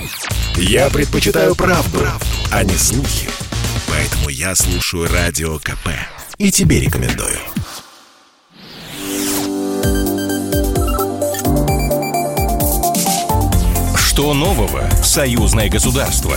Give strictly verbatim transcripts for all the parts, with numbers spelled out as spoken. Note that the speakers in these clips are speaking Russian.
Я предпочитаю правду, правду, а не слухи. Поэтому я слушаю Радио КП. И тебе рекомендую. Что нового в союзное государство?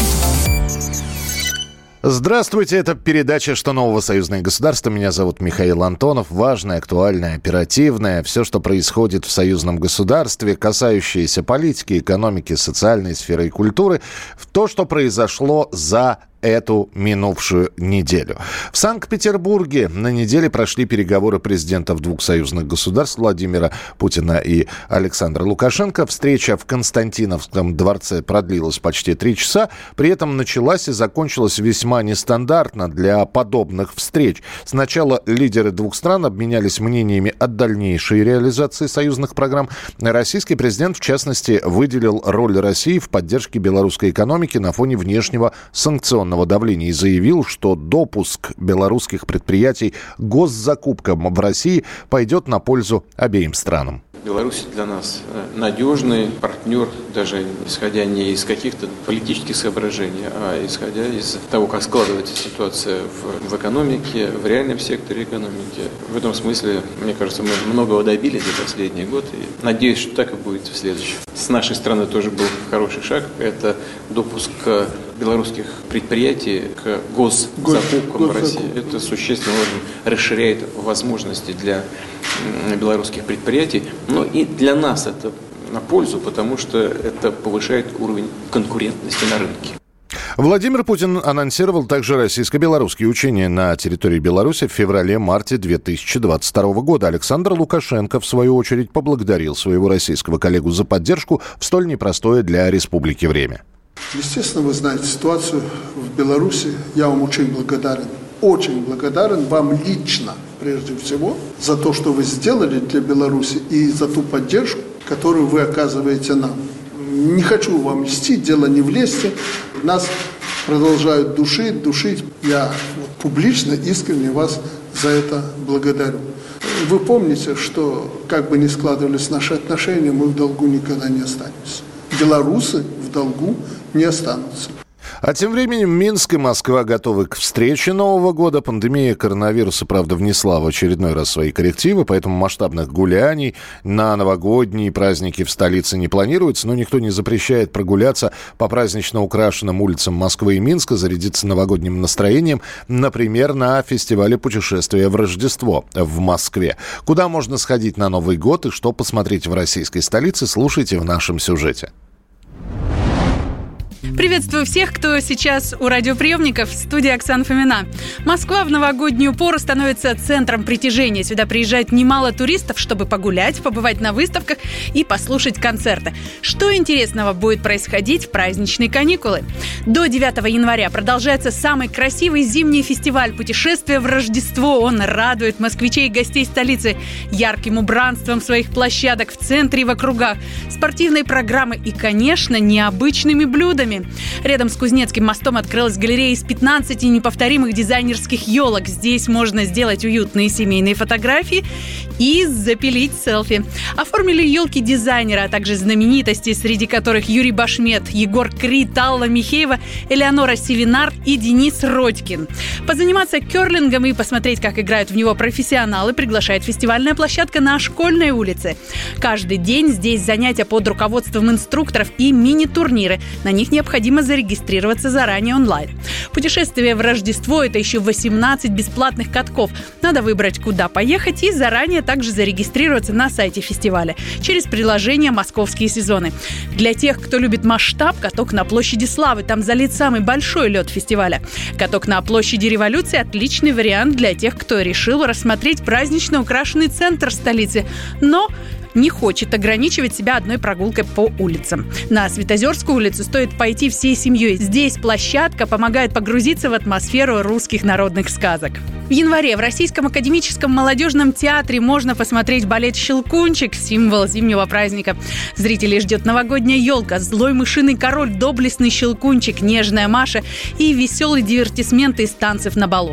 Здравствуйте, это передача «Что нового? Союзное государство». Меня зовут Михаил Антонов. Важное, актуальное, оперативное. Все, что происходит в союзном государстве, касающееся политики, экономики, социальной сферы и культуры. То, что произошло за эту минувшую неделю. В Санкт-Петербурге на неделе прошли переговоры президентов двух союзных государств Владимира Путина и Александра Лукашенко. Встреча в Константиновском дворце продлилась почти три часа. При этом началась и закончилась весьма нестандартно для подобных встреч. Сначала лидеры двух стран обменялись мнениями о дальнейшей реализации союзных программ. Российский президент, в частности, выделил роль России в поддержке белорусской экономики на фоне внешнего санкционного давления и заявил, что допуск белорусских предприятий к госзакупкам в России пойдет на пользу обеим странам. Беларусь для нас надежный партнер, даже исходя не из каких-то политических соображений, а исходя из того, как складывается ситуация в, в экономике, в реальном секторе экономики. В этом смысле, мне кажется, мы многого добились за последний год, и надеюсь, что так и будет в следующем. С нашей стороны тоже был хороший шаг. Это допуск белорусских предприятий к госзакупкам в России. Это существенно расширяет возможности для белорусских предприятий, но и для нас это на пользу, потому что это повышает уровень конкурентности на рынке. Владимир Путин анонсировал также российско-белорусские учения на территории Беларуси в феврале-марте две тысячи двадцать второго года. Александр Лукашенко, в свою очередь, поблагодарил своего российского коллегу за поддержку в столь непростое для республики время. Естественно, вы знаете ситуацию в Беларуси. Я вам очень благодарен. Очень благодарен вам лично, прежде всего, за то, что вы сделали для Беларуси и за ту поддержку, которую вы оказываете нам. Не хочу вам льстить, дело не в лести. Нас продолжают душить, душить. Я публично, искренне вас за это благодарю. Вы помните, что как бы ни складывались наши отношения, мы в долгу никогда не останемся. Белорусы в долгу не останутся. А тем временем Минск и Москва готовы к встрече Нового года. Пандемия коронавируса, правда, внесла в очередной раз свои коррективы, поэтому масштабных гуляний на новогодние праздники в столице не планируется, но никто не запрещает прогуляться по празднично украшенным улицам Москвы и Минска, зарядиться новогодним настроением, например, на фестивале путешествия в Рождество в Москве. Куда можно сходить на Новый год и что посмотреть в российской столице, слушайте в нашем сюжете. Приветствую всех, кто сейчас у радиоприемников. В студии Оксана Фомина. Москва в новогоднюю пору становится центром притяжения. Сюда приезжает немало туристов, чтобы погулять, побывать на выставках и послушать концерты. Что интересного будет происходить в праздничные каникулы? До девятого января продолжается самый красивый зимний фестиваль «Путешествие в Рождество». Он радует москвичей и гостей столицы ярким убранством своих площадок в центре и в округах, спортивной программой и, конечно, необычными блюдами. Рядом с Кузнецким мостом открылась галерея из пятнадцати неповторимых дизайнерских елок. Здесь можно сделать уютные семейные фотографии и запилить селфи. Оформили елки дизайнера, а также знаменитости, среди которых Юрий Башмет, Егор Крид, Алла Михеева, Элеонора Севинар и Денис Родькин. Позаниматься керлингом и посмотреть, как играют в него профессионалы, приглашает фестивальная площадка на Школьной улице. Каждый день здесь занятия под руководством инструкторов и мини-турниры. На них необходимо зарегистрироваться заранее онлайн. Путешествие в Рождество – это еще восемнадцать бесплатных катков. Надо выбрать, куда поехать, и заранее также зарегистрироваться на сайте фестиваля через приложение «Московские сезоны». Для тех, кто любит масштаб, каток на площади Славы. Там залит самый большой лед фестиваля. Каток на площади Революции – отличный вариант для тех, кто решил рассмотреть празднично украшенный центр столицы. Но не хочет ограничивать себя одной прогулкой по улицам. На Святозерскую улицу стоит пойти всей семьей. Здесь площадка помогает погрузиться в атмосферу русских народных сказок. В январе в Российском академическом молодежном театре можно посмотреть балет «Щелкунчик», символ зимнего праздника. Зрителей ждет новогодняя елка, злой мышиный король, доблестный Щелкунчик, нежная Маша и веселый дивертисмент из танцев на балу.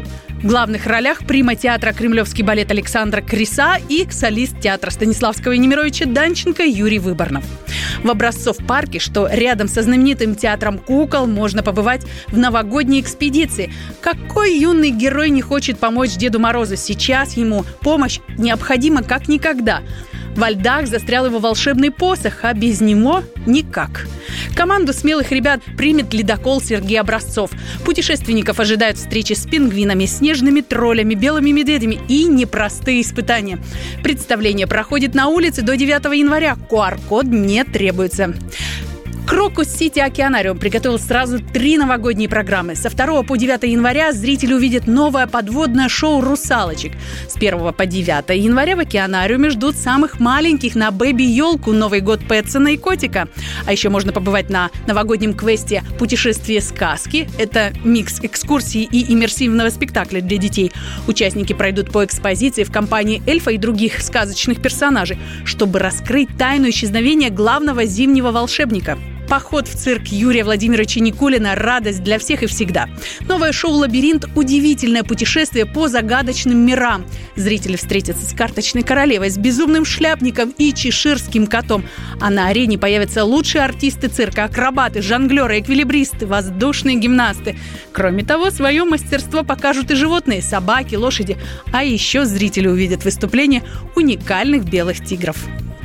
В главных ролях прима театра «Кремлевский балет» Александра Криса и солист театра Станиславского и Немировича Данченко Юрий Выборнов. В Образцов-парке, что рядом со знаменитым театром кукол, можно побывать в новогодней экспедиции. Какой юный герой не хочет помочь Деду Морозу? Сейчас ему помощь необходима как никогда. Во льдах застрял его волшебный посох, а без него никак. Команду смелых ребят примет ледокол Сергей Образцов. Путешественников ожидают встречи с пингвинами, снежными троллями, белыми медведями и непростые испытания. Представление проходит на улице до девятого января. ку ар код не требуется. Крокус Сити Океанариум приготовил сразу три новогодние программы. Со второго по девятое января зрители увидят новое подводное шоу «Русалочек». С первого по девятое января в океанариуме ждут самых маленьких на бэби-елку Новый год Пэтсона и котика. А еще можно побывать на новогоднем квесте «Путешествие сказки». Это микс экскурсий и иммерсивного спектакля для детей. Участники пройдут по экспозиции в компании эльфа и других сказочных персонажей, чтобы раскрыть тайну исчезновения главного зимнего волшебника. Поход в цирк Юрия Владимировича Никулина – радость для всех и всегда. Новое шоу «Лабиринт» – удивительное путешествие по загадочным мирам. Зрители встретятся с карточной королевой, с безумным шляпником и чеширским котом. А на арене появятся лучшие артисты цирка, акробаты, жонглеры, эквилибристы, воздушные гимнасты. Кроме того, свое мастерство покажут и животные – собаки, лошади. А еще зрители увидят выступления уникальных белых тигров.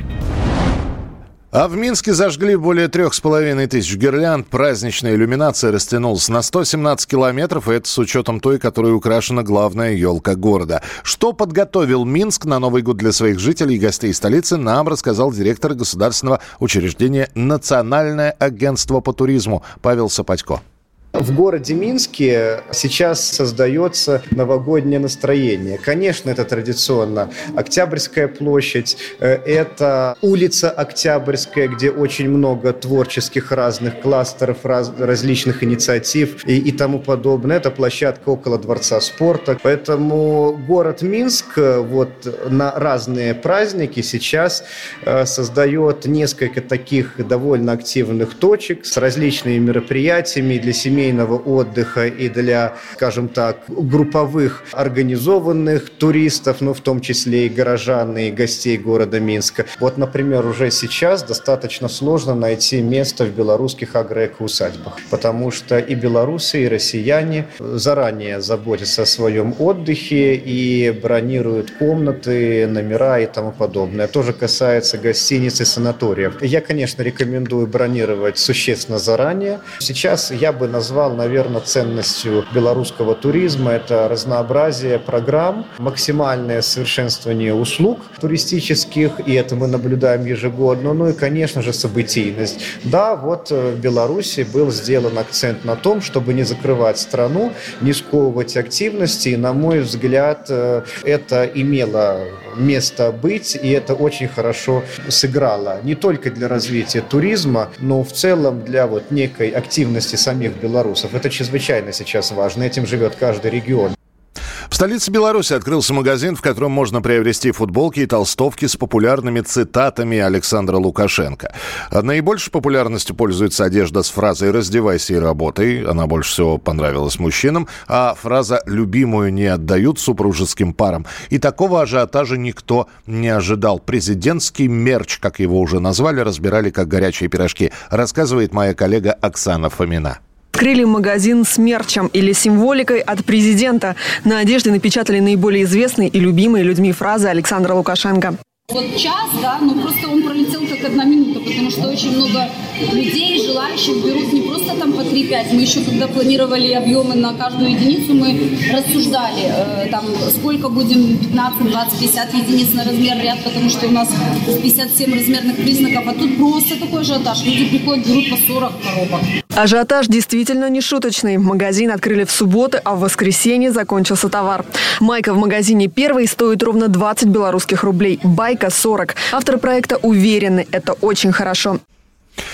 А в Минске зажгли более трех с половиной тысяч гирлянд. Праздничная иллюминация растянулась на сто семнадцать километров, и это с учетом той, которой украшена главная елка города. Что подготовил Минск на Новый год для своих жителей и гостей столицы, нам рассказал директор государственного учреждения «Национальное агентство по туризму» Павел Сапатько. В городе Минске сейчас создается новогоднее настроение. Конечно, это традиционно Октябрьская площадь, это улица Октябрьская, где очень много творческих разных кластеров, раз, различных инициатив и, и тому подобное. Это площадка около Дворца спорта. Поэтому город Минск вот, на разные праздники сейчас создает несколько таких довольно активных точек с различными мероприятиями для семей, отдыха и для, скажем так, групповых организованных туристов, ну, в том числе и горожан, и гостей города Минска. Вот, например, уже сейчас достаточно сложно найти место в белорусских агроэко-усадьбах, потому что и белорусы, и россияне заранее заботятся о своем отдыхе и бронируют комнаты, номера и тому подобное. То же касается гостиниц и санаториев. Я, конечно, рекомендую бронировать существенно заранее. Сейчас я бы назвал назвал, наверное, ценностью белорусского туризма. Это разнообразие программ, максимальное совершенствование услуг туристических, и это мы наблюдаем ежегодно. Ну и, конечно же, событийность. Да, вот в Беларуси был сделан акцент на том, чтобы не закрывать страну, не сковывать активности. И, на мой взгляд, это имело место быть, и это очень хорошо сыграло. Не только для развития туризма, но в целом для вот некой активности самих белорусов. Это чрезвычайно сейчас важно. Этим живет каждый регион. В столице Беларуси открылся магазин, в котором можно приобрести футболки и толстовки с популярными цитатами Александра Лукашенко. Наибольшей популярностью пользуется одежда с фразой «раздевайся и работай». Она больше всего понравилась мужчинам. А фраза «любимую не отдают супружеским парам». И такого ажиотажа никто не ожидал. Президентский мерч, как его уже назвали, разбирали как горячие пирожки, рассказывает моя коллега Оксана Фомина. Открыли магазин с мерчем или символикой от президента. На одежде напечатали наиболее известные и любимые людьми фразы Александра Лукашенко. Вот час, да, ну просто он пролетел как одна минута, потому что очень много людей, желающих, берут не просто там по три-пять. Мы еще, когда планировали объемы на каждую единицу, мы рассуждали, э, там, сколько будем, пятнадцать, двадцать, пятьдесят единиц на размер ряд, потому что у нас пятьдесят семь размерных признаков, а тут просто такой ажиотаж. Люди приходят, берут по сорок коробок. Ажиотаж действительно не шуточный. Магазин открыли в субботу, а в воскресенье закончился товар. Майка в магазине «Первый» стоит ровно двадцать белорусских рублей. Байка – сорок. Авторы проекта уверены, это очень хорошо.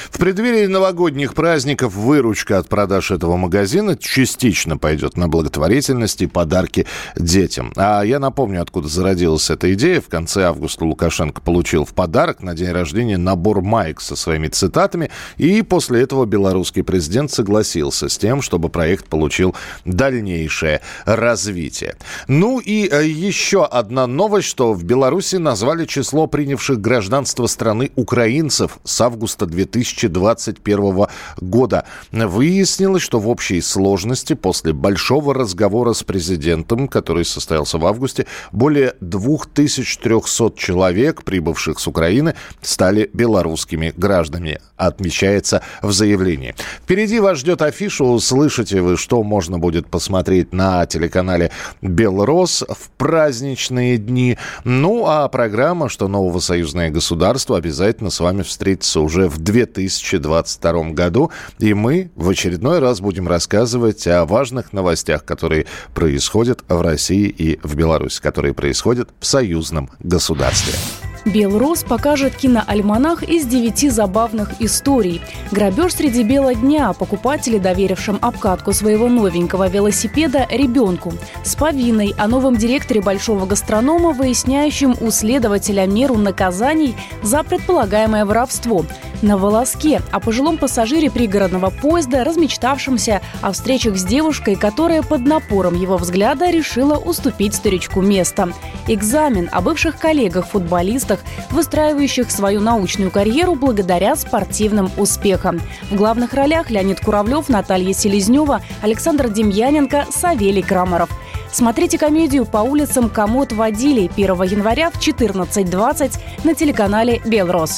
В преддверии новогодних праздников выручка от продаж этого магазина частично пойдет на благотворительность и подарки детям. А я напомню, откуда зародилась эта идея. В конце августа Лукашенко получил в подарок на день рождения набор маек со своими цитатами, и после этого белорусский президент согласился с тем, чтобы проект получил дальнейшее развитие. Ну и еще одна новость, что в Беларуси назвали число принявших гражданство страны украинцев с августа две тысячи двадцать первого года. Выяснилось, что в общей сложности после большого разговора с президентом, который состоялся в августе, более две тысячи триста человек, прибывших с Украины, стали белорусскими гражданами, отмечается в заявлении. Впереди вас ждет афиша, услышите вы, что можно будет посмотреть на телеканале «Белрос» в праздничные дни. Ну, а программа «Что нового союзное государство» обязательно с вами встретится уже в две тысячи двадцать втором году. И мы в очередной раз будем рассказывать о важных новостях, которые происходят в России и в Беларуси, которые происходят в союзном государстве. «Белрос» покажет киноальманах из девяти забавных историй. Грабеж среди бела дня, покупатели, доверившим обкатку своего новенького велосипеда ребенку. С повинной о новом директоре большого гастронома, выясняющем у следователя меру наказаний за предполагаемое воровство. На волоске о пожилом пассажире пригородного поезда, размечтавшемся о встречах с девушкой, которая под напором его взгляда решила уступить старичку место. Экзамен о бывших коллегах-футболистах, выстраивающих свою научную карьеру благодаря спортивным успехам. В главных ролях Леонид Куравлев, Наталья Селезнева, Александр Демьяненко, Савелий Крамаров. Смотрите комедию «По улицам Комод водили» первого января в четырнадцать двадцать на телеканале «Белрос».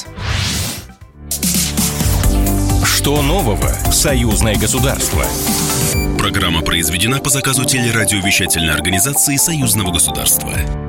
Что нового в союзное государство? Программа произведена по заказу телерадиовещательной организации союзного государства.